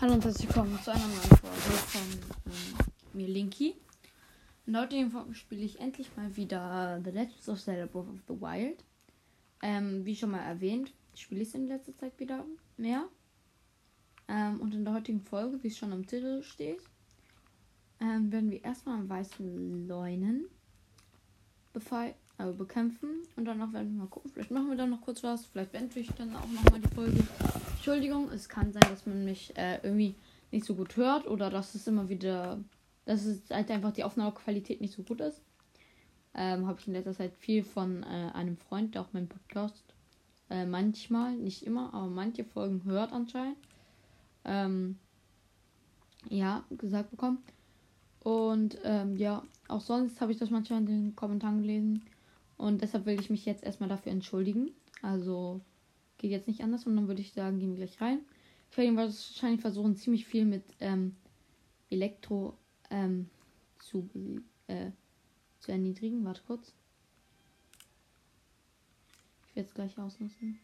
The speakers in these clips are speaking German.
Hallo und herzlich willkommen zu einer neuen Folge von mir, Linky. In der heutigen Folge spiele ich endlich mal wieder The Legend of Zelda Breath of the Wild. Wie schon mal erwähnt, spiele ich es in letzter Zeit wieder mehr. Und in der heutigen Folge, wie es schon am Titel steht, werden wir erstmal am weißen Leunen bekämpfen. Und danach werden wir mal gucken, vielleicht machen wir dann noch kurz was, vielleicht beende ich dann auch nochmal die Folge. Entschuldigung, es kann sein, dass man mich irgendwie nicht so gut hört oder dass es halt einfach die Aufnahmequalität nicht so gut ist. Habe ich in letzter Zeit viel von einem Freund, der auch meinen Podcast manchmal, nicht immer, aber manche Folgen hört anscheinend. Gesagt bekommen. Und auch sonst habe ich das manchmal in den Kommentaren gelesen. Und deshalb will ich mich jetzt erstmal dafür entschuldigen. Also geht jetzt nicht anders und dann würde ich sagen, gehen wir gleich rein. Ich werde wahrscheinlich versuchen, ziemlich viel mit Elektro zu erniedrigen. Warte kurz. Ich werde es gleich auslassen.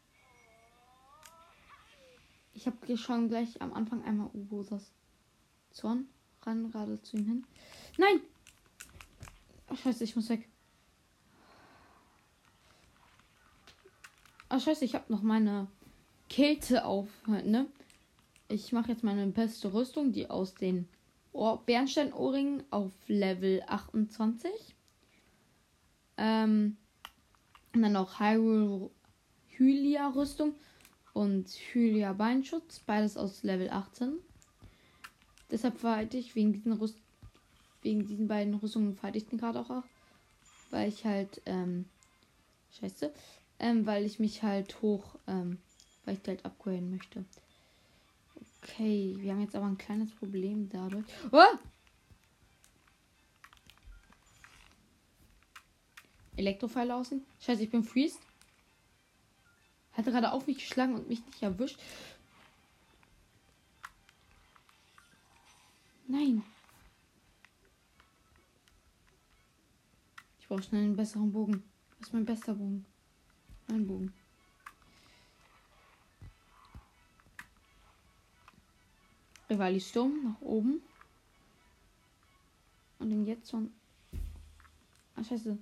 Ich habe schon gleich am Anfang einmal Urosas Zorn ran, gerade zu ihm hin. Nein! Oh, scheiße, ich muss weg. Oh, scheiße, ich habe noch meine Kälte auf, ne? Ich mache jetzt meine beste Rüstung, die aus den Bernstein-Ohrringen auf Level 28. Und dann noch Hylia-Rüstung und Hylia-Beinschutz. Beides aus Level 18. Deshalb verhalte ich wegen diesen beiden Rüstungen verhalte ich den gerade auch. Weil ich halt, weil ich mich halt weil ich die halt upgraden möchte. Okay, wir haben jetzt aber ein kleines Problem dadurch. Oh! Elektropfeile außen. Scheiße, ich bin freezed. Hat gerade auf mich geschlagen und mich nicht erwischt. Nein. Ich brauche schnell einen besseren Bogen. Was ist mein bester Bogen? Mein Bogen. Rivali Sturm nach oben. Und dann jetzt schon. Ah, scheiße.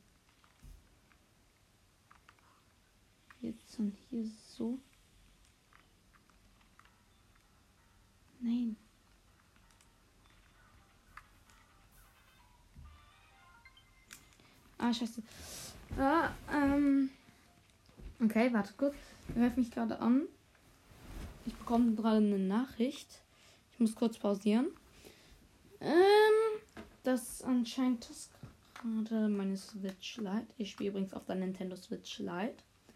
Jetzt schon hier so. Nein. Ah, scheiße. Okay, warte kurz. Ich greife mich gerade an. Ich bekomme gerade eine Nachricht. Ich muss kurz pausieren. Das anscheinend ist gerade meine Switch Lite. Ich spiele übrigens auf der Nintendo Switch Lite.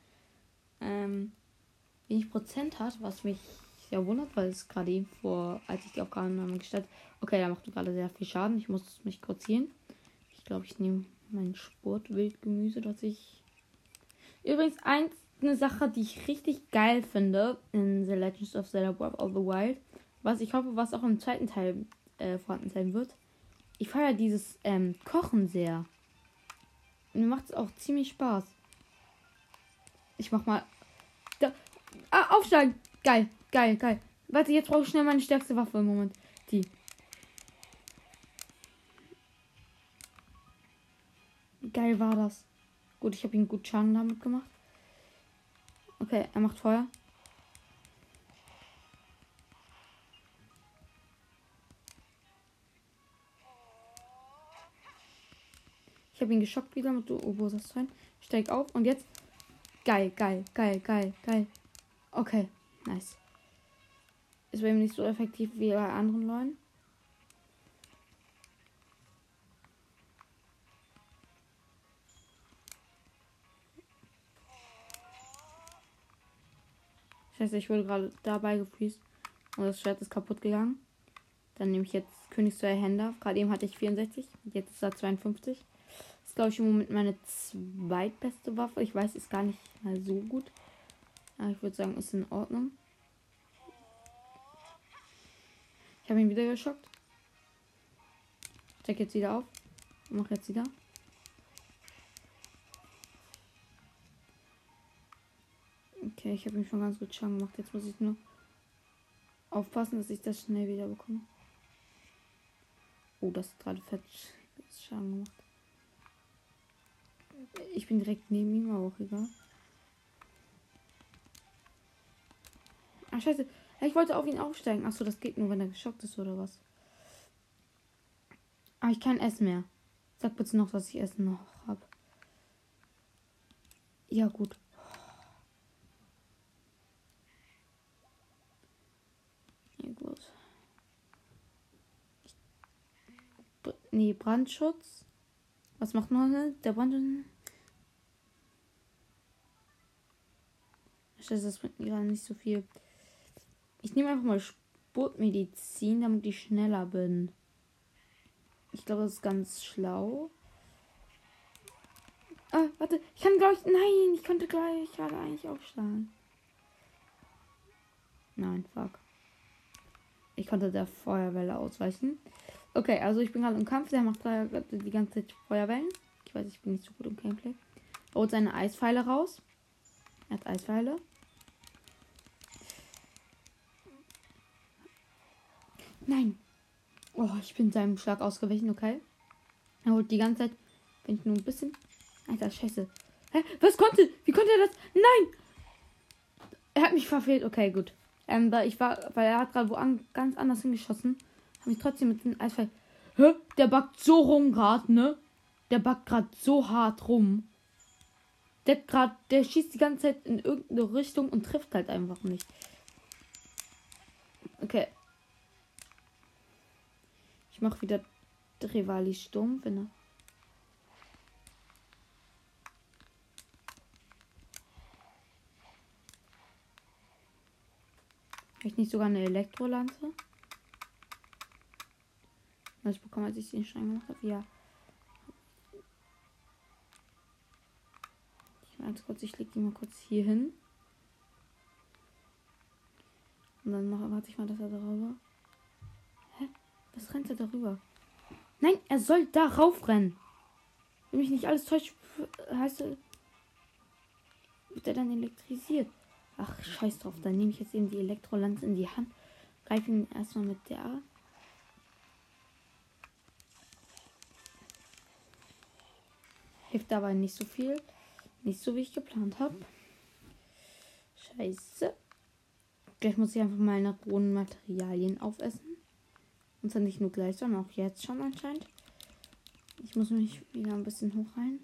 Wenig Prozent hat, was mich sehr wundert, weil es gerade eben als ich die Aufgabe gestellt. Okay, da macht gerade sehr viel Schaden. Ich muss mich kurz ziehen. Ich glaube, ich nehme mein Sportwildgemüse, das ich. Übrigens, eine Sache, die ich richtig geil finde in The Legend of Zelda Breath of the Wild, was ich hoffe, was auch im zweiten Teil vorhanden sein wird. Ich feiere dieses Kochen sehr. Und mir macht es auch ziemlich Spaß. Ich mach mal. Aufsteigen! Geil. Warte, jetzt brauche ich schnell meine stärkste Waffe im Moment. Die. Wie geil war das? Gut, ich habe ihm gut Schaden damit gemacht. Okay, er macht Feuer. Ich habe ihn geschockt wieder mit Urosas Zorn. Steig auf und jetzt. Geil. Okay, nice. Ist bei ihm nicht so effektiv wie bei anderen Leuten. Scheiße, ich wurde gerade dabei gefreezed. Und das Schwert ist kaputt gegangen. Dann nehme ich jetzt Königs zwei Hände. Gerade eben hatte ich 64. Jetzt ist er 52. Das ist, glaube ich, im Moment meine zweitbeste Waffe. Ich weiß, ist gar nicht mal so gut. Aber ich würde sagen, ist in Ordnung. Ich habe ihn wieder geschockt. Check jetzt wieder auf. Mach jetzt wieder. Okay, ich habe ihm schon ganz gut Schaden gemacht. Jetzt muss ich nur aufpassen, dass ich das schnell wieder bekomme. Oh, das hat gerade fett Schaden gemacht. Ich bin direkt neben ihm, aber auch egal. Ach, scheiße. Ich wollte auf ihn aufsteigen. Achso, das geht nur, wenn er geschockt ist oder was. Aber ich kein Essen mehr. Sag bitte noch, dass ich Essen noch habe. Ja, gut. Ja, gut. Nee, Brandschutz. Was macht man? Der Brandschutz? Das bringt mir gerade nicht so viel. Ich nehme einfach mal Sportmedizin, damit ich schneller bin. Ich glaube, das ist ganz schlau. Ah, warte. Ich kann, glaube ich... Nein, ich konnte gleich gerade eigentlich aufschlagen. Nein, fuck. Ich konnte der Feuerwelle ausweichen. Okay, also ich bin gerade im Kampf. Der macht die ganze Zeit Feuerwellen. Ich weiß, ich bin nicht so gut im Gameplay. Er holt seine Eispfeile raus. Er hat Eispfeile. Nein. Oh, ich bin seinem Schlag ausgewichen, okay. Er holt die ganze Zeit. Bin ich nur ein bisschen. Alter, scheiße. Hä? Was konnte? Wie konnte er das? Nein! Er hat mich verfehlt. Okay, gut. Weil er hat gerade ganz anders hingeschossen. Habe ich trotzdem mit dem Eisfall. Hä? Der backt so rum gerade, ne? Der backt gerade so hart rum. Der schießt die ganze Zeit in irgendeine Richtung und trifft halt einfach nicht. Okay. Ich mache wieder Rivali stumm, wenn er. Habe ich nicht sogar eine Elektrolanze? Was ich bekomme, als ich den Stein gemacht habe? Ja. Ich lege die mal kurz hier hin. Und dann warte ich mal, dass er darüber. Hä? Was rennt er darüber? Nein, er soll da raufrennen. Wenn mich nicht alles täuscht, heißt er. Wird er dann elektrisiert? Ach, scheiß drauf. Dann nehme ich jetzt eben die Elektrolanze in die Hand. Greife ihn erstmal mit der an. Hilft dabei nicht so viel. Nicht so, wie ich geplant habe. Scheiße. Gleich muss ich einfach mal nach rohen Materialien aufessen. Und zwar nicht nur gleich, sondern auch jetzt schon anscheinend. Ich muss mich wieder ein bisschen hoch rein.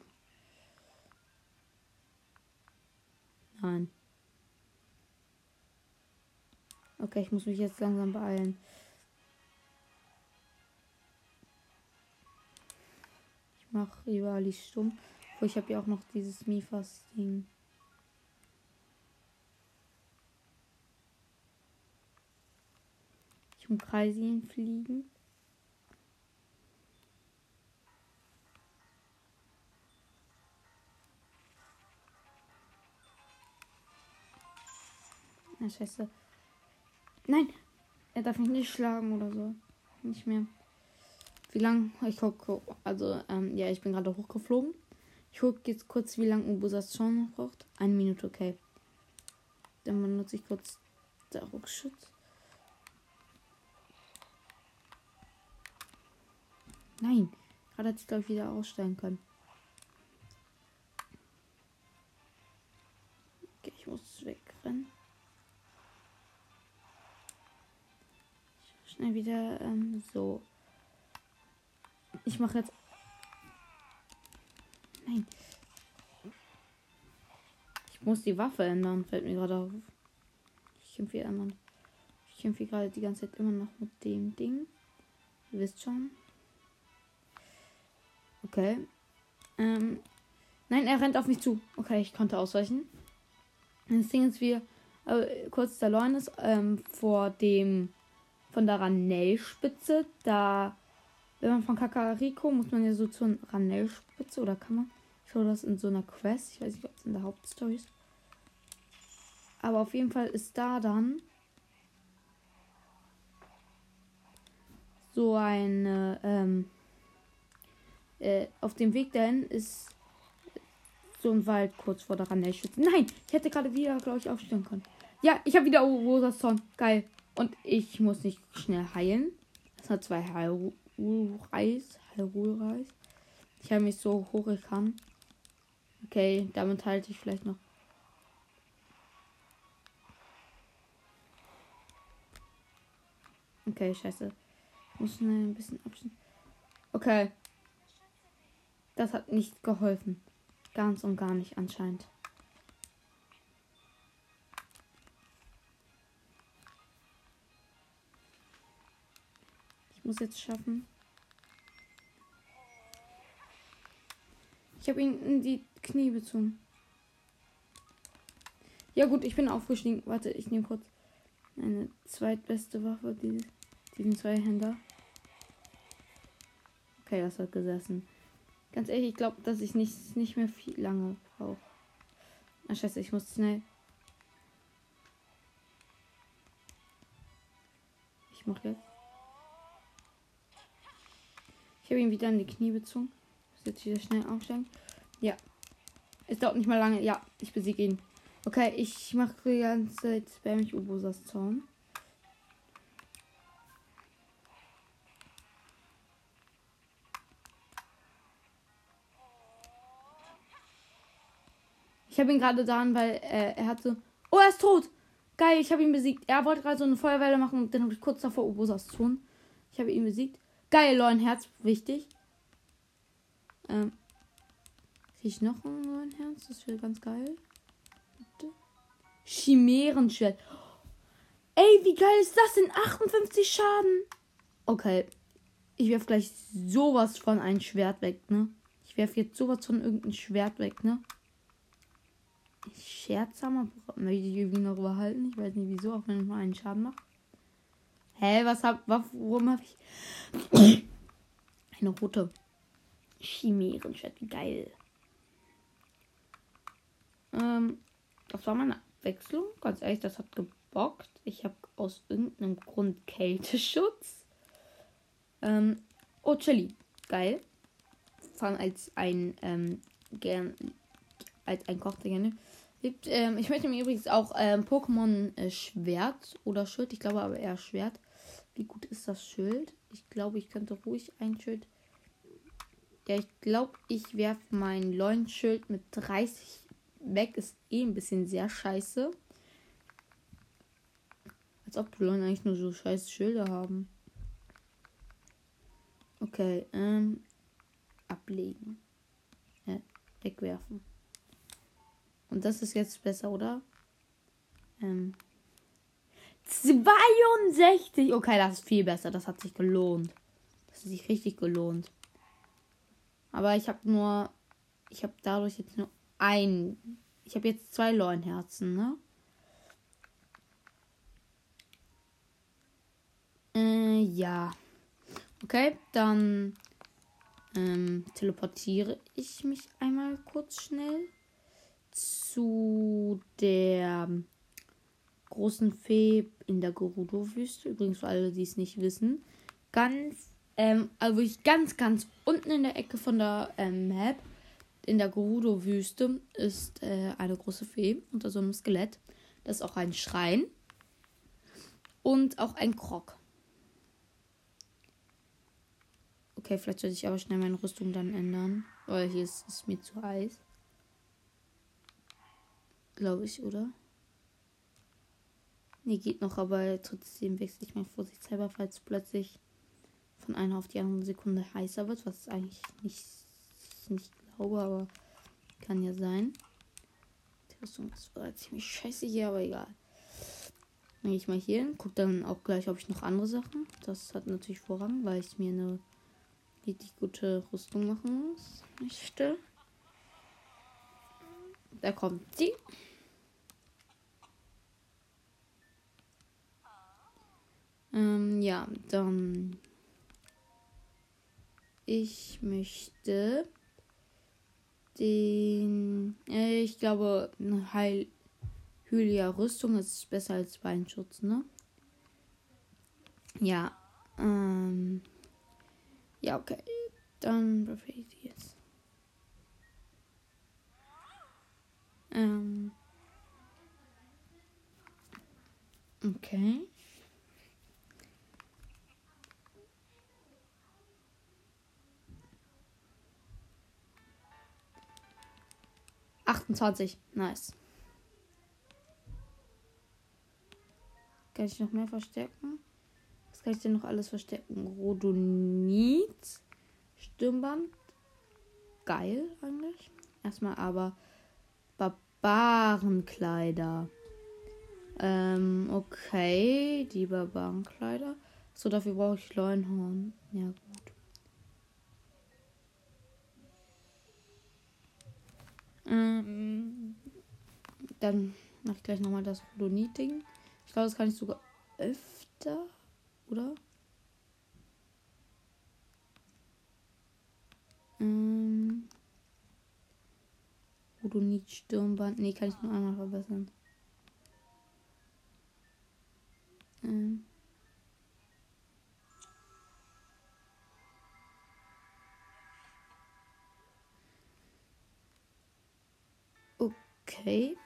Nein. Okay, ich muss mich jetzt langsam beeilen. Ich mache Rivali stumm. Ich habe ja auch noch dieses Mifas-Ding. Ich umkreise ihn fliegen. Na, scheiße. Nein! Er darf mich nicht schlagen oder so. Nicht mehr. Wie lang? Ich gucke. Also, ja, ich bin gerade hochgeflogen. Ich gucke jetzt kurz, wie lange Ubusas schon noch braucht. 1 Minute, okay. Dann benutze ich kurz der Ruckschutz. Nein, gerade hätte ich, glaube ich, wieder aussteigen können. Okay, ich muss wegrennen. Schnell wieder, so. Ich mache jetzt. Nein. Ich muss die Waffe ändern, fällt mir gerade auf. Ich kämpfe hier gerade die ganze Zeit immer noch mit dem Ding. Ihr wisst schon. Okay. Nein, er rennt auf mich zu. Okay, ich konnte ausweichen. Das Ding ist, wir kurz der Leun ist von der Ranellspitze. Da, wenn man von Kakariko, muss man ja so zur Ranellspitze oder kann man? Ich schaue das in so einer Quest. Ich weiß nicht, ob es in der Hauptstory ist. Aber auf jeden Fall ist da dann so eine auf dem Weg dahin ist so ein Wald kurz vor der Ranellspitze. Nein, ich hätte gerade wieder, glaube ich, aufstehen können. Ja, ich habe wieder Urosas Zorn. Geil. Und ich muss nicht schnell heilen. Das hat 2 Heilreis. Ich heile mich so hoch ich kann. Okay, damit halte ich vielleicht noch. Okay, scheiße. Ich muss schnell ein bisschen abschneiden. Okay. Das hat nicht geholfen. Ganz und gar nicht anscheinend. Ich muss jetzt schaffen. Ich habe ihn in die Knie bezogen. Ja gut, ich bin aufgestiegen. Warte, ich nehme kurz eine zweitbeste Waffe. Diesen Zweihänder. Okay, das hat gesessen. Ganz ehrlich, ich glaube, dass ich nicht mehr viel lange brauche. Ah, scheiße, ich muss schnell. Ich mache jetzt. Ich habe ihn wieder in die Knie bezogen. Ich muss jetzt wieder schnell aufsteigen. Ja. Es dauert nicht mal lange. Ja, ich besiege ihn. Okay, ich mache die ganze Zeit spam ich Ubosas Zorn. Ich habe ihn gerade da, weil er hatte. Oh, er ist tot! Geil, ich habe ihn besiegt. Er wollte gerade so eine Feuerwelle machen und dann habe ich kurz davor Ubosas Zorn. Ich habe ihn besiegt. Geil, neuen Herz, wichtig. Sehe ich noch einen neuen Herz? Das wäre ganz geil. Bitte. Chimärenschwert. Ey, wie geil ist das denn? 58 Schaden. Okay. Ich werfe gleich sowas von ein Schwert weg, ne? Ich werfe jetzt sowas von irgendein Schwert weg, ne? Scherzhammer möchte ich irgendwie noch behalten. Ich weiß nicht wieso, auch wenn ich mal einen Schaden mache. Hä, worum habe ich? Eine rote Chimärenschwert, wie geil. Das war meine Abwechslung. Ganz ehrlich, das hat gebockt. Ich habe aus irgendeinem Grund Kälteschutz. Oh, Chili. Geil. Vor allem als ein Koch, der gerne liebt. Ich möchte mir übrigens auch Pokémon Schwert oder Schild. Ich glaube aber eher Schwert. Wie gut ist das Schild? Ich glaube, ich könnte ruhig ein Schild. Ja, ich glaube, ich werfe mein Leunschild mit 30 weg. Ist eh ein bisschen sehr scheiße. Als ob die Leute eigentlich nur so scheiß Schilder haben. Okay, ablegen. Wegwerfen. Und das ist jetzt besser, oder? 62! Okay, das ist viel besser. Das hat sich gelohnt. Das hat sich richtig gelohnt. Aber ich habe dadurch jetzt nur ich habe jetzt 2 Leuenherzen, ne? Ja. Okay, dann teleportiere ich mich einmal kurz schnell zu der großen Fee in der Gerudo-Wüste. Übrigens für alle, die es nicht wissen. Also ich ganz unten in der Ecke von der Map in der Gerudo-Wüste ist eine große Fee unter so einem Skelett. Das ist auch ein Schrein. Und auch ein Krog. Okay, vielleicht sollte ich aber schnell meine Rüstung dann ändern. Weil hier ist es mir zu heiß. Glaube ich, oder? Nee, geht noch, aber trotzdem wechsle ich mal vorsichtshalber, falls plötzlich von einer auf die andere Sekunde heißer wird. Was eigentlich nicht glaube, aber kann ja sein. Die Rüstung ist ziemlich scheiße hier, aber egal. Dann gehe ich mal hier hin. Guck dann auch gleich, ob ich noch andere Sachen. Das hat natürlich Vorrang, weil ich mir eine richtig gute Rüstung machen möchte. Da kommt sie. Ja, dann ich möchte ich glaube, eine Hylia-Rüstung ist besser als Beinschutz, ne? Ja, ja, okay. Dann befehle ich jetzt. Okay. 28. Nice. Kann ich noch mehr verstärken? Was kann ich denn noch alles verstärken? Rhodonit. Stirnband. Geil eigentlich. Erstmal aber Barbarenkleider. Okay. Die Barbarenkleider. So, dafür brauche ich Leuenhorn. Ja, gut. Dann mache ich gleich nochmal das Rhodonit-Ding. Ich glaube, das kann ich sogar öfter, oder? Rhodonit-Stirnband. Nee, kann ich nur einmal verbessern. Okay.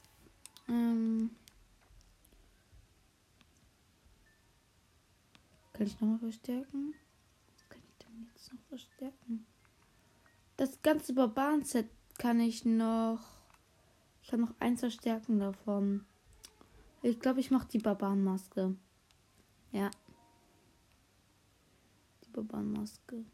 Kann ich nochmal verstärken? Was kann ich denn jetzt noch verstärken? Das ganze Barbaren-Set kann ich noch. Ich kann noch eins verstärken davon. Ich glaube, ich mache die Barbarenmaske. Ja. Die Barbarenmaske.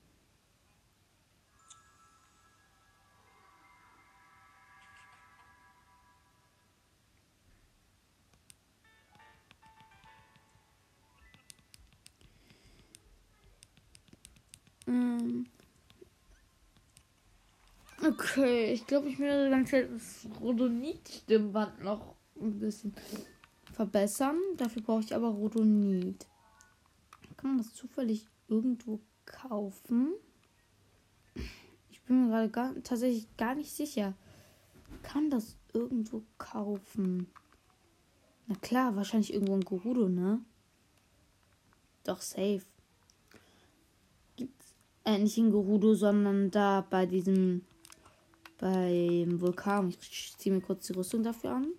Okay, ich glaube, ich will das ganze Rhodonit-Stimmband noch ein bisschen verbessern. Dafür brauche ich aber Rhodonit. Kann man das zufällig irgendwo kaufen? Ich bin mir gerade tatsächlich gar nicht sicher. Kann das irgendwo kaufen? Na klar, wahrscheinlich irgendwo in Gerudo, ne? Doch, safe. Gibt's nicht in Gerudo, sondern da bei diesem beim Vulkan. Ich ziehe mir kurz die Rüstung dafür an.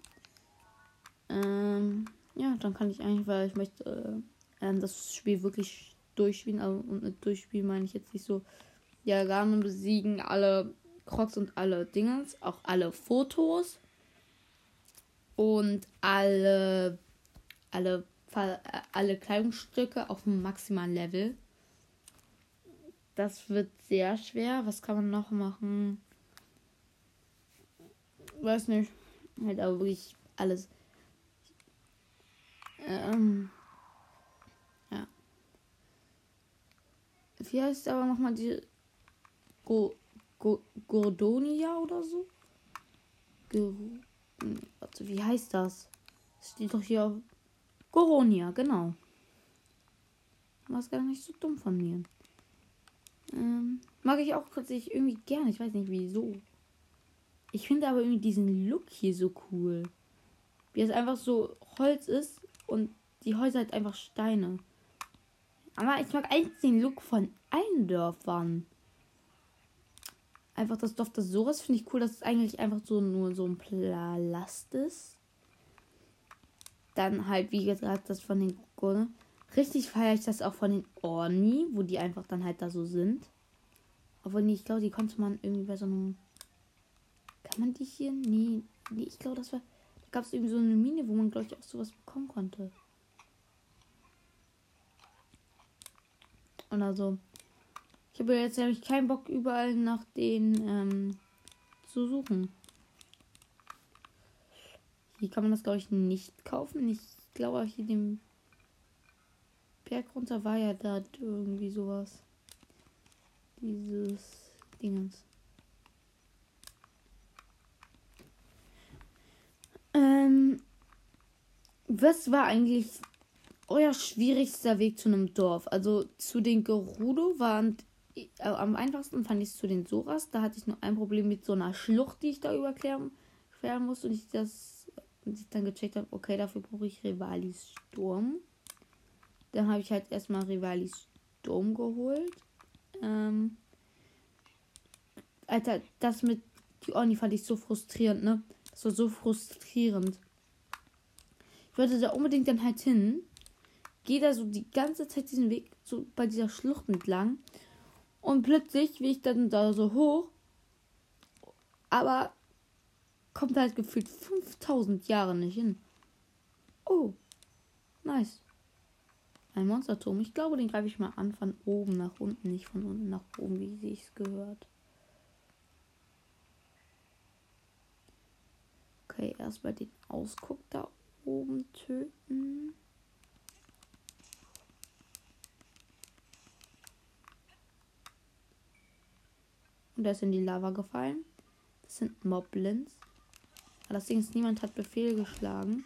Ja, dann kann ich eigentlich, weil ich möchte das Spiel wirklich durchspielen. Und mit durchspielen meine ich jetzt nicht so Diagramme besiegen, alle Crocs und alle Dingens, auch alle Fotos und alle Kleidungsstücke auf dem maximalen Level. Das wird sehr schwer. Was kann man noch machen? Weiß nicht. Halt aber wirklich alles. Ja. Wie heißt aber nochmal die Gordonia oder so? Also, wie heißt das? Das steht doch hier auf Goronia, genau. War es gar nicht so dumm von mir. Mag ich auch tatsächlich irgendwie gerne. Ich weiß nicht wieso. Ich finde aber irgendwie diesen Look hier so cool. Wie es einfach so Holz ist und die Häuser halt einfach Steine. Aber ich mag eigentlich den Look von allen Dörfern. Einfach das Dorf des Soras finde ich cool, dass es eigentlich einfach so nur so ein Palast ist. Dann halt, wie gesagt, das von den Gurnen. Richtig feiere ich das auch von den Orni, wo die einfach dann halt da so sind. Obwohl, nee, ich glaube, die konnte man irgendwie bei so einem... Kann man die hier? Nee, ich glaube, das war... Da gab es irgendwie so eine Mine, wo man, glaube ich, auch sowas bekommen konnte. Und also... Ich habe jetzt nämlich keinen Bock, überall nach den zu suchen. Hier kann man das, glaube ich, nicht kaufen. Ich glaube, hier dem Berg runter war ja da irgendwie sowas. Dieses Dingens. Was war eigentlich euer schwierigster Weg zu einem Dorf? Also zu den Gerudo waren am einfachsten fand ich es zu den Soras. Da hatte ich nur ein Problem mit so einer Schlucht, die ich da überqueren musste. Und ich dann gecheckt habe, okay, dafür brauche ich Rivalis Sturm. Dann habe ich halt erstmal Rivalis Sturm geholt. Alter, das mit die Orni fand ich so frustrierend, ne? Das war so frustrierend. Ich wollte da unbedingt dann halt hin. Gehe da so die ganze Zeit diesen Weg so bei dieser Schlucht entlang. Und plötzlich will ich dann da so hoch. Aber kommt halt gefühlt 5000 Jahre nicht hin. Oh, nice. Ein Monsterturm. Ich glaube, den greife ich mal an von oben nach unten, nicht von unten nach oben, wie sich es gehört. Okay, erstmal den Ausguck da oben töten. Und der ist in die Lava gefallen. Das sind Moblins. Aber das Ding ist, niemand hat Befehl geschlagen.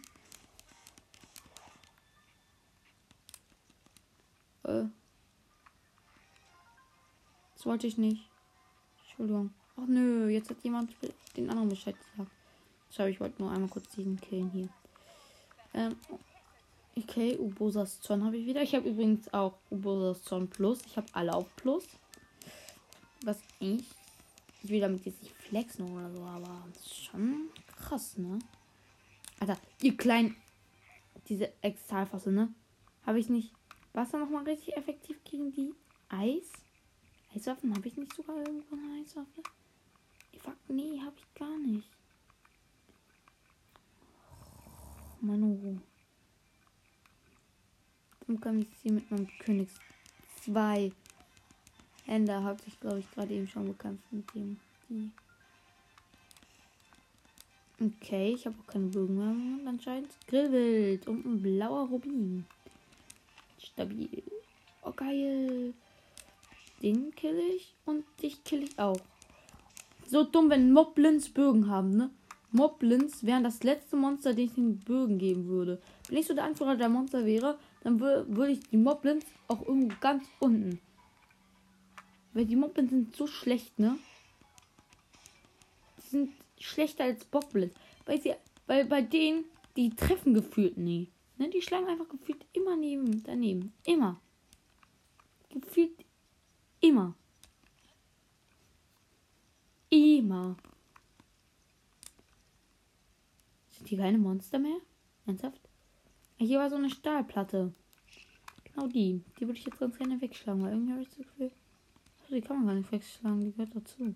Das wollte ich nicht. Entschuldigung. Ach nö, jetzt hat jemand den anderen Bescheid gesagt. Schau, ich wollte nur einmal kurz diesen killen hier. Okay, Ubosas Zorn habe ich wieder. Ich habe übrigens auch Ubosas Zorn Plus. Ich habe alle auf Plus. Was ich will damit jetzt nicht flexen oder so, aber das ist schon krass, ne? Alter, ihr kleinen. Diese Exalfasse, ne? Habe ich nicht. Wasser nochmal richtig effektiv gegen die Eiswaffen? Habe ich nicht sogar irgendwo eine Eiswaffe? Fuck, nee, habe ich gar nicht. Manu. Dann kann ich sie mit meinem Königs 2 Hände habe ich, glaube ich, gerade eben schon bekämpft mit dem. Okay, ich habe auch keine Bögen mehr anscheinend. Grillwild und ein blauer Rubin. Stabil. Oh, geil. Den kill ich und dich kill ich auch. So dumm, wenn Moblins Bögen haben, ne? Moblins wären das letzte Monster, den ich den Bögen geben würde. Wenn ich so der Anführer der Monster wäre, dann würde ich die Moblins auch irgendwo ganz unten. Weil die Moblins sind so schlecht, ne? Die sind schlechter als Bockblitz. Weil bei denen, die treffen gefühlt nie. Ne? Die schlagen einfach gefühlt immer daneben. Immer. Gefühlt immer. Immer. Sind die keine Monster mehr? Ernsthaft? Hier war so eine Stahlplatte. Genau die. Die würde ich jetzt ganz gerne wegschlagen, weil irgendwie habe ich das Gefühl. Die kann man gar nicht wegschlagen, die gehört dazu.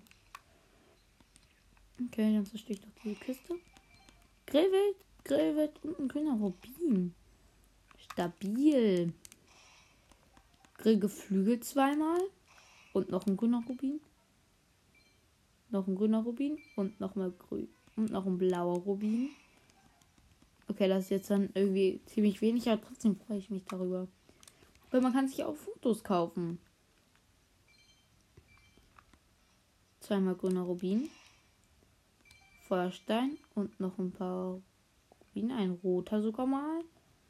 Okay, dann zerstöre ich doch diese Kiste. Grillwild und ein grüner Rubin. Stabil. Grillgeflügel zweimal. Und noch ein grüner Rubin. Noch ein grüner Rubin. Und nochmal grün. Und noch ein blauer Rubin. Okay, das ist jetzt dann irgendwie ziemlich wenig, aber trotzdem freue ich mich darüber. Weil man kann sich auch Fotos kaufen. Zweimal grüner Rubin. Feuerstein und noch ein paar Rubine. Ein roter sogar mal.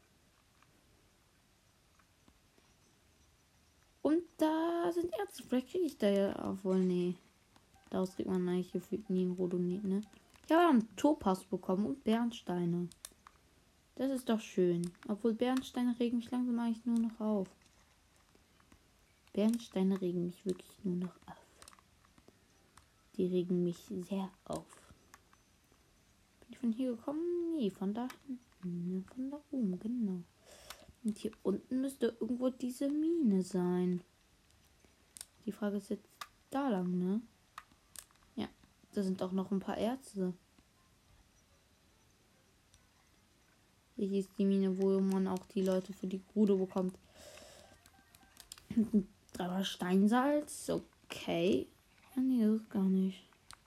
Und da sind Ärzte. Vielleicht kriege ich da ja auch wohl. Nee. Daraus kriegt man eigentlich gefühlt nie ein Rhodonit, ne? Ich habe einen Topaz bekommen und Bernsteine. Das ist doch schön. Obwohl Bernsteine regen mich langsam eigentlich nur noch auf. Bernsteine regen mich wirklich nur noch auf. Die regen mich sehr auf. Bin ich von hier gekommen? Nee, von da hinten. Von da oben, genau. Und hier unten müsste irgendwo diese Mine sein. Die Frage ist jetzt da lang, ne? Ja, da sind auch noch ein paar Erze. Hier ist die Mine, wo man auch die Leute für die Grude bekommt. 3 Steinsalz, okay. Ah, nee, das ist gar nicht.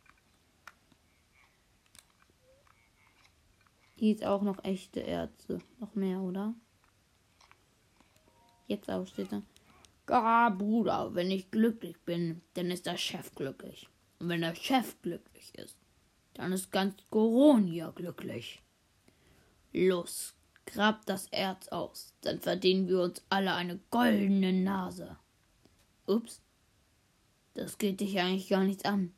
Hier ist auch noch echte Erze. Noch mehr, oder? Jetzt auch steht da. Bruder, wenn ich glücklich bin, dann ist der Chef glücklich. Und wenn der Chef glücklich ist, dann ist ganz Goronia glücklich. Los, grab das Erz aus, dann verdienen wir uns alle eine goldene Nase. Ups, das geht dich eigentlich gar nicht an.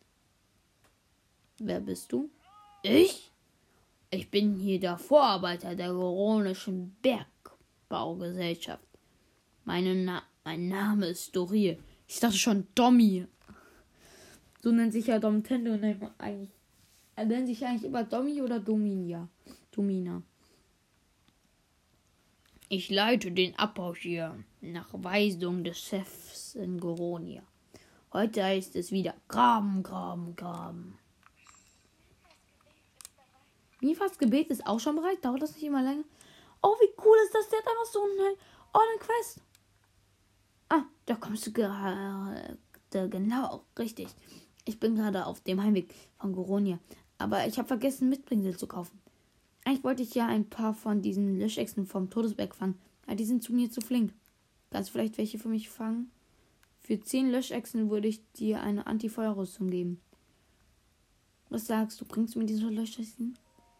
Wer bist du? Ich? Ich bin hier der Vorarbeiter der Goronischen Bergbaugesellschaft. Mein Name ist Dorie. Ich dachte schon Dommi. So nennt sich ja Domtendo eigentlich. Er nennt sich eigentlich immer Dommi oder Domina. Ich leite den Abbau hier nach Weisung des Chefs in Goronia. Heute heißt es wieder graben, graben, graben. Nifas Gebet ist auch schon bereit. Dauert das nicht immer länger? Oh, wie cool ist das? Der hat einfach so eine Quest. Ah, da kommst du gerade. Genau, richtig. Ich bin gerade auf dem Heimweg von Goronia. Aber ich habe vergessen, Mitbringsel zu kaufen. Eigentlich wollte ich ja ein paar von diesen Löschechsen vom Todesberg fangen. Aber die sind zu mir zu flink. Kannst du vielleicht welche für mich fangen? Für 10 Löschechsen würde ich dir eine Anti-Feuerrüstung geben. Was sagst du? Bringst du mir diese Löschechsen?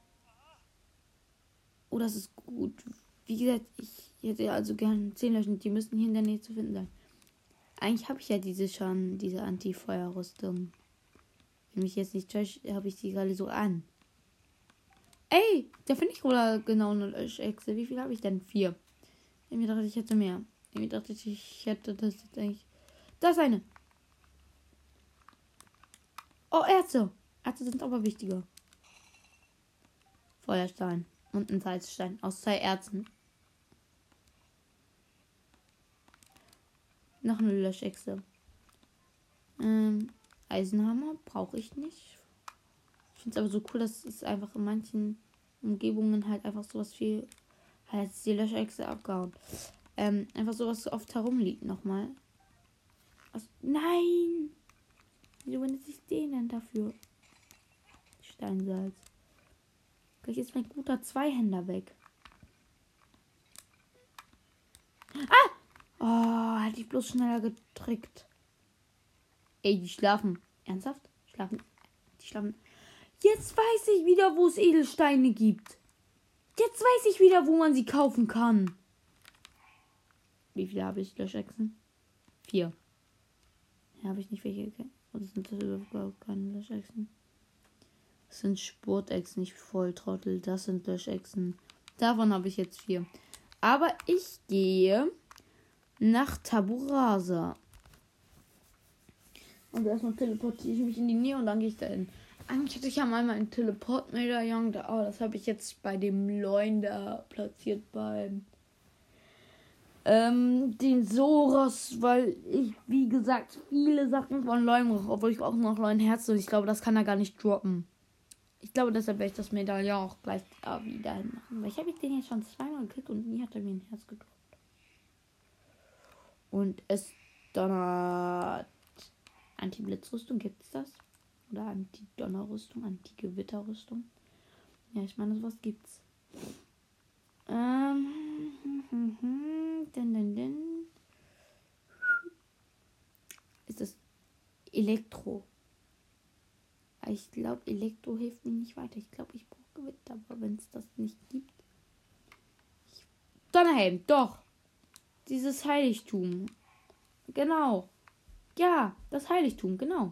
Oh, das ist gut. Wie gesagt, ich hätte also gern 10 Löschen. Die müssten hier in der Nähe zu finden sein. Eigentlich habe ich ja diese Anti-Feuerrüstung. Wenn mich jetzt nicht täuscht, habe ich die gerade so an. Ey, da finde ich wohl genau eine Löschechse. Wie viel habe ich denn? 4. Ich dachte, ich hätte mehr. Ich dachte, ich hätte das jetzt eigentlich. Da ist eine. Oh, Erze. Erze sind aber wichtiger. Feuerstein und ein Salzstein aus 2 Erzen. Noch eine Löschechse. Eisenhammer brauche ich nicht. Ich finde es aber so cool, dass es einfach in manchen Umgebungen halt einfach sowas viel. Halt ist die Löschechse abgehauen. Einfach sowas oft herumliegt nochmal. Nein! Wieso benutze ich den denn dafür? Steinsalz. Gleich ist mein guter Zweihänder weg. Ah! Oh, hätte ich bloß schneller getrickt. Ey, die schlafen. Ernsthaft? Die schlafen. Jetzt weiß ich wieder, wo es Edelsteine gibt. Jetzt weiß ich wieder, wo man sie kaufen kann. Wie viele habe ich? Löschechsen? 4. Ja, habe ich nicht welche gekriegt. Oder sind das überhaupt keine Löschechsen? Das sind Sportechsen, nicht Volltrottel. Das sind Löschechsen. Davon habe ich jetzt 4. Aber ich gehe nach Taburasa. Und erstmal teleportiere ich mich in die Nähe und dann gehe ich da hin. Eigentlich hatte ich ja mal meinen Teleport-Medaillon da. Oh, das habe ich jetzt bei dem Loin da platziert beim den Soros, weil ich, wie gesagt, viele Sachen von Loin brauche, obwohl ich auch noch Loin Herz und ich glaube, das kann er gar nicht droppen. Ich glaube, deshalb werde ich das Medaillon auch gleich wieder machen. Weil ich habe den jetzt schon 2-mal gekriegt und nie hat er mir ein Herz gedroppt. Und es donnert. Anti-Blitzrüstung, gibt es das? Oder Anti-Donnerrüstung, Anti-Gewitterrüstung? Ja, ich meine, sowas gibt's. Ist das Elektro? Ich glaube, Elektro hilft mir nicht weiter. Ich glaube, ich brauche Gewitter, aber wenn es das nicht gibt. Donnerhelm, doch! Dieses Heiligtum. Genau. Ja, das Heiligtum, genau.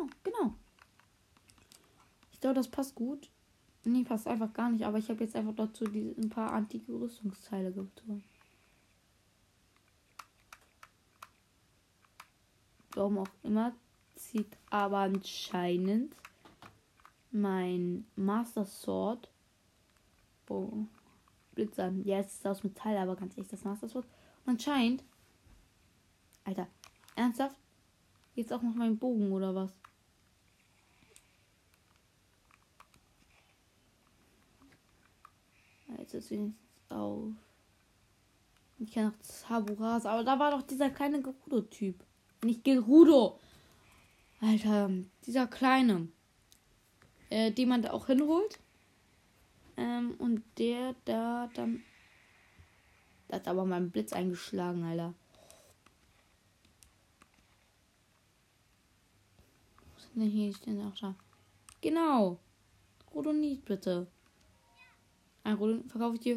Ich glaube, das passt gut. Nee, passt einfach gar nicht, aber ich habe jetzt einfach dazu ein paar antike Rüstungsteile getan. Warum auch immer, zieht aber anscheinend mein Master Sword. Oh, Blitz an. Ja, es ist aus Metall, aber ganz echt das Master Sword. Und anscheinend. Alter, ernsthaft? Jetzt auch noch mein Bogen oder was? Jetzt ist wenigstens auf. Ich kann noch Taburas, aber da war doch dieser kleine Gerudo-Typ. Nicht Gerudo. Alter, dieser kleine. Den man da auch hinholt. Und der da dann. Da hat aber mein Blitz eingeschlagen, Alter. Ne, hier ist der auch da. Genau. Rhodonit, bitte. Ein Rhodonit verkaufe ich dir.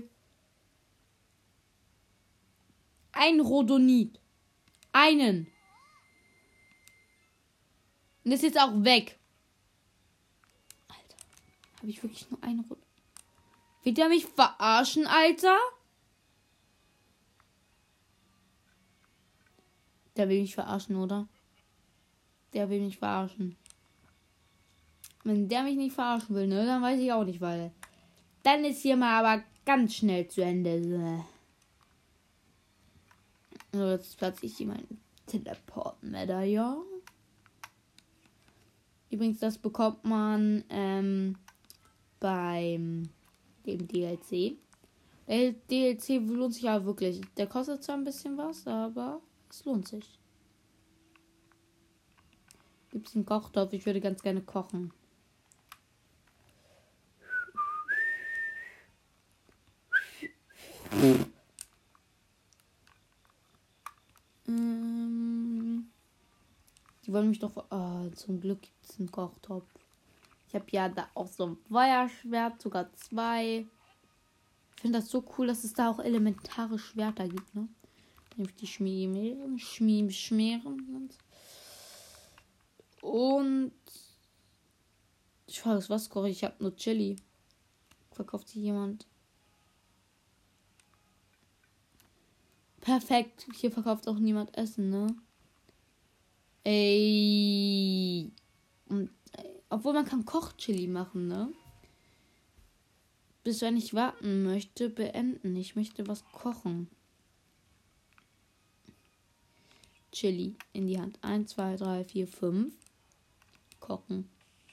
Ein Rhodonit. Einen. Und das ist jetzt auch weg. Alter. Habe ich wirklich nur einen Rhodonit? Will der mich verarschen, Alter? Der will mich verarschen, oder? Der will mich verarschen. Wenn der mich nicht verarschen will, ne, dann weiß ich auch nicht, weil dann ist hier mal aber ganz schnell zu Ende. So, jetzt platziere ich hier meinen Teleport-Medaillon. Übrigens, das bekommt man beim dem DLC. Der DLC lohnt sich aber wirklich. Der kostet zwar ein bisschen was, aber es lohnt sich. Gibt es einen Kochtopf? Ich würde ganz gerne kochen. Die wollen mich doch... Oh, zum Glück gibt es einen Kochtopf. Ich habe ja da auch so ein Feuerschwert, sogar 2. Ich finde das so cool, dass es da auch elementare Schwerter gibt, ne? Dann die schmieren. Und ich frage, was koche ich? Ich habe nur Chili. Verkauft hier jemand? Perfekt. Hier verkauft auch niemand Essen, ne? Ey. Und, obwohl man kann Kochchili machen, ne? Bis wenn ich warten möchte, beenden. Ich möchte was kochen. Chili in die Hand. 1, 2, 3, 4, 5. Kochen.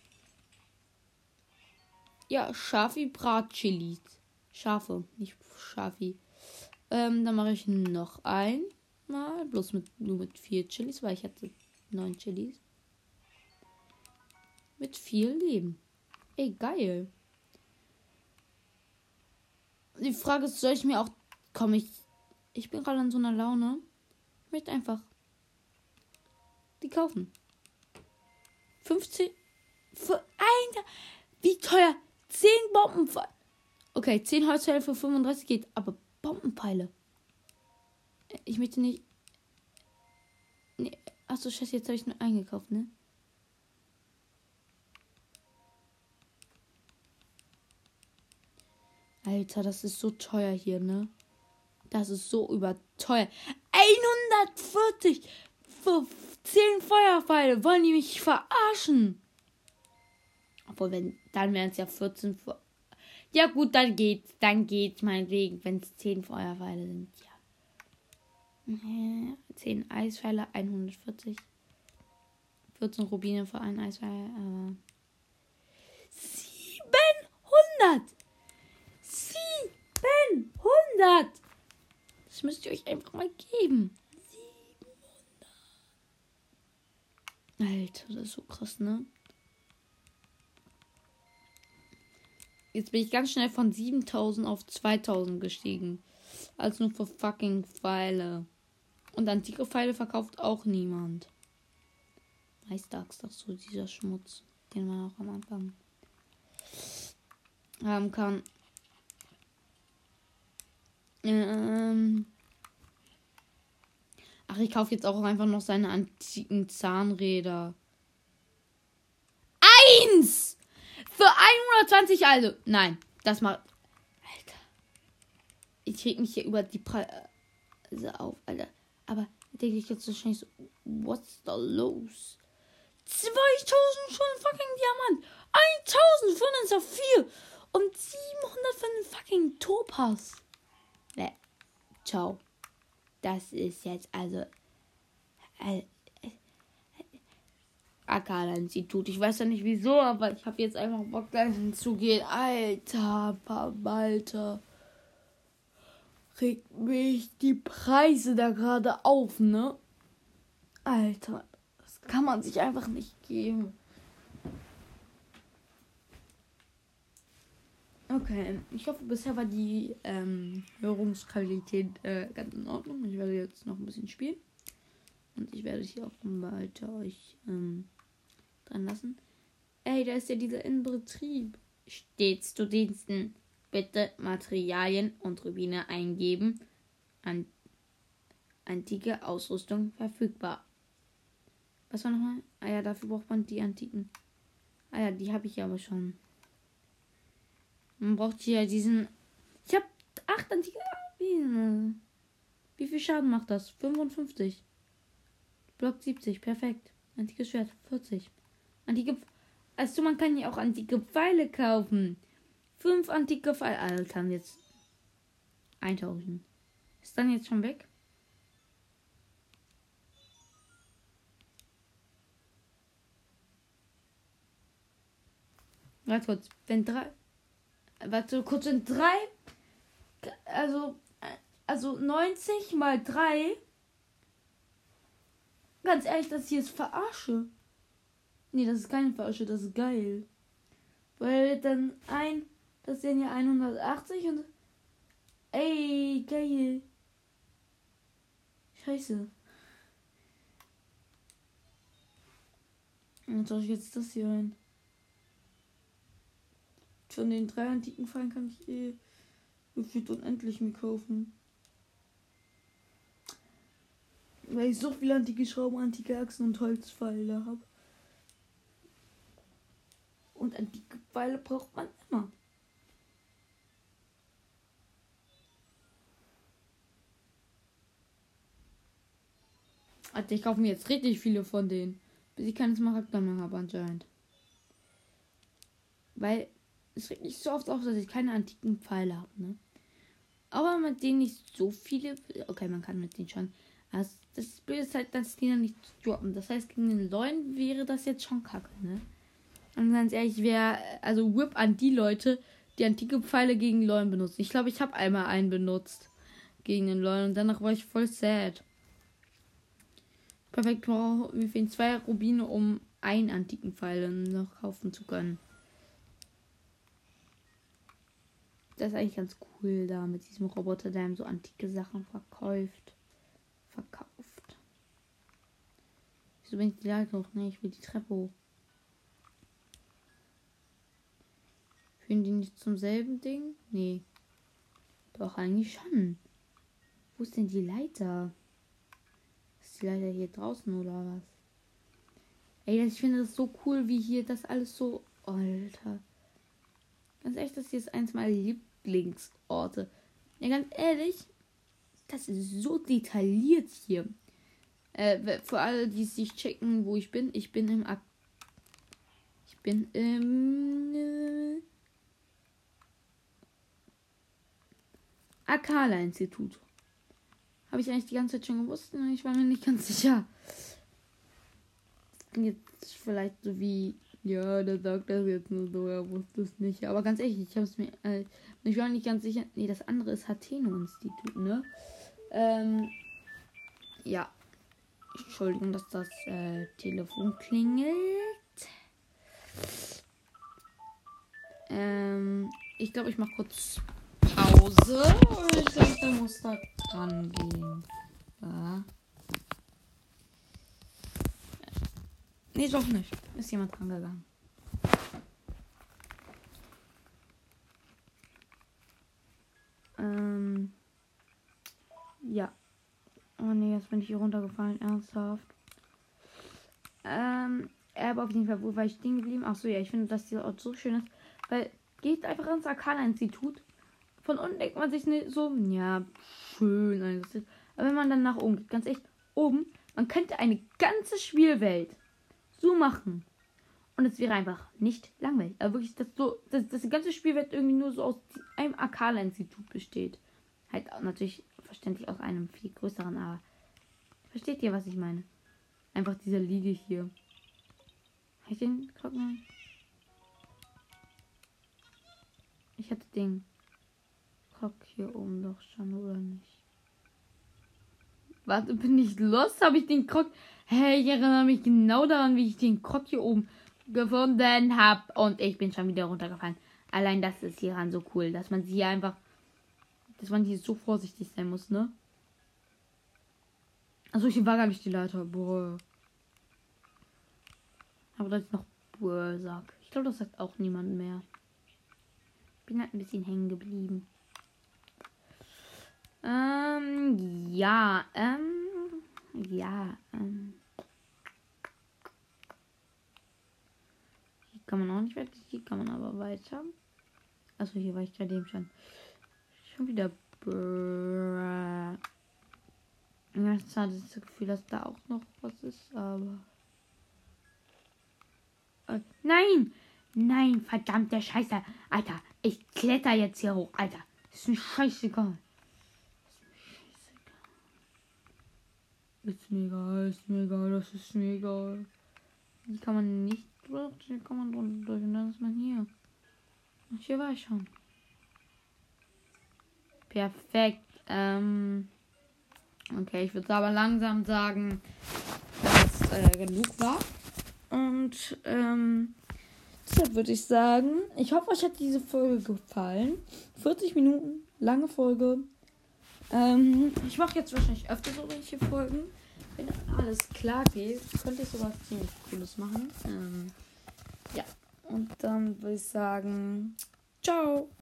Ja, Schafi Bratchilis. Schafe, nicht Schafi. Dann mache ich noch einmal. Bloß nur mit 4 Chilis, weil ich hatte 9 Chilis. Mit viel Leben. Ey, geil. Die Frage ist, soll ich mir auch... Komm, ich bin gerade in so einer Laune. Ich möchte einfach die kaufen. 15... Für ein... Wie teuer? 10 Bombenpfeile. Okay, 10 Holzpfeile für 35 geht. Aber Bombenpfeile. Ich möchte nicht... Nee. Achso, scheiße, jetzt habe ich nur eingekauft, ne? Alter, das ist so teuer hier, ne? Das ist so überteuer. 140 für 10 Feuerpfeile. Wollen die mich verarschen? Obwohl, dann wären es ja 14 für... Ja gut, dann geht's. Meinetwegen, wenn es 10 Feuerpfeile sind. Ja. 10 Eispfeile, 140. 14 Rubine für einen Eispfeil. 700! 700! Das müsst ihr euch einfach mal geben. 700. Alter, das ist so krass, ne? Jetzt bin ich ganz schnell von 7000 auf 2000 gestiegen. Also nur für fucking Pfeile. Und antike Pfeile verkauft auch niemand. Meisterachs, doch so dieser Schmutz, den man auch am Anfang haben kann. Ach, ich kaufe jetzt auch einfach noch seine antiken Zahnräder. 1! Für 120, also. Nein, das macht... Alter. Ich reg mich hier über die Preise auf, Alter. Aber denke ich jetzt wahrscheinlich so, what's da los? 2000 schon fucking Diamant. 1000 für einen Saphir. Und 700 für einen fucking Topaz. Ciao. Das ist jetzt also... Akala-Institut. Ich weiß ja nicht wieso, aber ich habe jetzt einfach Bock, da hinzugehen. Alter, Verwalter. Regt mich die Preise da gerade auf, ne? Alter, das kann man sich einfach nicht geben. Okay, ich hoffe, bisher war die Hörungsqualität ganz in Ordnung. Ich werde jetzt noch ein bisschen spielen. Und ich werde hier auch weiter euch dran lassen. Ey, da ist ja dieser Inbetrieb. Stets zu Diensten. Bitte Materialien und Rubine eingeben. Antike Ausrüstung verfügbar. Was war nochmal? Ah ja, dafür braucht man die antiken. Ah ja, die habe ich ja aber schon. Man braucht hier diesen... Ich habe 8 antike... Wie viel Schaden macht das? 55. Block 70, perfekt. Antikes Schwert, 40. Also man kann ja auch antike Pfeile kaufen. 5 antike Pfeile. Alter, jetzt 1000. Ist dann jetzt schon weg? Warte kurz. Wenn 3... Warte, kurz in 3. Also 90 mal 3. Ganz ehrlich, das hier ist Verarsche. Nee, das ist keine Verarsche, das ist geil. Weil dann das sind ja 180 und. Ey, geil. Scheiße. Dann soll ich jetzt das hier rein. Von den 3 antiken Pfeilen kann ich gefühlt unendlich mir kaufen. Weil ich so viele antike Schrauben, antike Achsen und Holzpfeile habe. Und antike Pfeile braucht man immer. Also ich kaufe mir jetzt richtig viele von denen. Bis ich keine Smaragde mehr habe anscheinend. Weil es regt mich so oft auf, dass ich keine antiken Pfeile habe, ne? Aber mit denen nicht so viele. Okay, man kann mit denen schon. Also das Blöde ist halt, dass die dann nicht droppen. Das heißt, gegen den Leuen wäre das jetzt schon kacke, ne? Und ganz ehrlich, also Whip an die Leute, die antike Pfeile gegen Leuen benutzen. Ich glaube, ich habe einmal einen benutzt gegen den Leuen und danach war ich voll sad. Perfekt, mir fehlen 2 Rubine, um einen antiken Pfeil noch kaufen zu können. Das ist eigentlich ganz cool da mit diesem Roboter, der ihm so antike Sachen verkauft. Wieso bin ich die Leiter hoch? Ne, ich will die Treppe hoch. Führen die nicht zum selben Ding? Nee. Doch, eigentlich schon. Wo ist denn die Leiter? Ist die Leiter hier draußen oder was? Ey, ich finde das so cool, wie hier das alles so. Alter. Ganz ehrlich, das hier ist eins meiner Lieblingsorte. Ja, ganz ehrlich, das ist so detailliert hier. Für alle, die es nicht checken, wo ich bin. Ich bin im Akala-Institut. Habe ich eigentlich die ganze Zeit schon gewusst? Ich war mir nicht ganz sicher. Jetzt vielleicht so wie, ja, der sagt das jetzt nur so, er wusste es nicht. Aber ganz ehrlich, ich habe es mir, ich war nicht ganz sicher. Nee, das andere ist Hateno-Institut, ne? Ja. Entschuldigung, dass das Telefon klingelt. Ich glaube, ich mache kurz Pause. Ich denke, da muss da dran gehen. Ja. Nee, doch nicht. Ist jemand dran gegangen. Ja. Oh nee, jetzt bin ich hier runtergefallen. Ernsthaft. Aber auf jeden Fall, wo war ich stehen geblieben? Achso, ja, ich finde, dass dieser Ort so schön ist. Weil, geht einfach ins Arcana-Institut. Von unten denkt man sich nicht so, ja, schön. Aber wenn man dann nach oben geht, ganz echt, oben, man könnte eine ganze Spielwelt so machen. Und es wäre einfach nicht langweilig. Aber wirklich, dass die ganze Spielwelt irgendwie nur so aus einem Arcana-Institut besteht. Halt natürlich verständlich aus einem viel größeren, aber versteht ihr, was ich meine? Einfach diese Linie hier. Ich den Glocken? Ich hatte den Glock hier oben doch schon, oder nicht? Warte, bin ich los? Habe ich den Krog? Hey, ich erinnere mich genau daran, wie ich den Krog hier oben gefunden habe. Und ich bin schon wieder runtergefallen. Allein das ist hieran so cool, dass man hier einfach, dass man hier so vorsichtig sein muss, ne? Also hier war gar nicht die Leiter. Boah. Aber dass ich noch Boah sag. Ich glaube, das sagt auch niemand mehr. Bin halt ein bisschen hängen geblieben. Ja, Hier kann man auch nicht weiter, hier kann man aber weiter. Also hier war ich gerade eben schon. Schon wieder. Ja, ich hatte das Gefühl, dass da auch noch was ist, aber. Nein! Nein, verdammte Scheiße. Alter, ich kletter jetzt hier hoch. Alter, ist mir scheißegal. Ist mir egal, das ist mir egal. Hier kann man nicht durch, hier kann man drunter durch und dann ist man hier. Und hier war ich schon. Perfekt. Okay, ich würde aber langsam sagen, dass genug war. Und deshalb würde ich sagen, ich hoffe, euch hat diese Folge gefallen. 40 Minuten, lange Folge. Ich mache jetzt wahrscheinlich öfter so welche Folgen. Wenn alles klar geht, könnte ich sowas ziemlich Cooles machen. Ja, und dann würde ich sagen, ciao.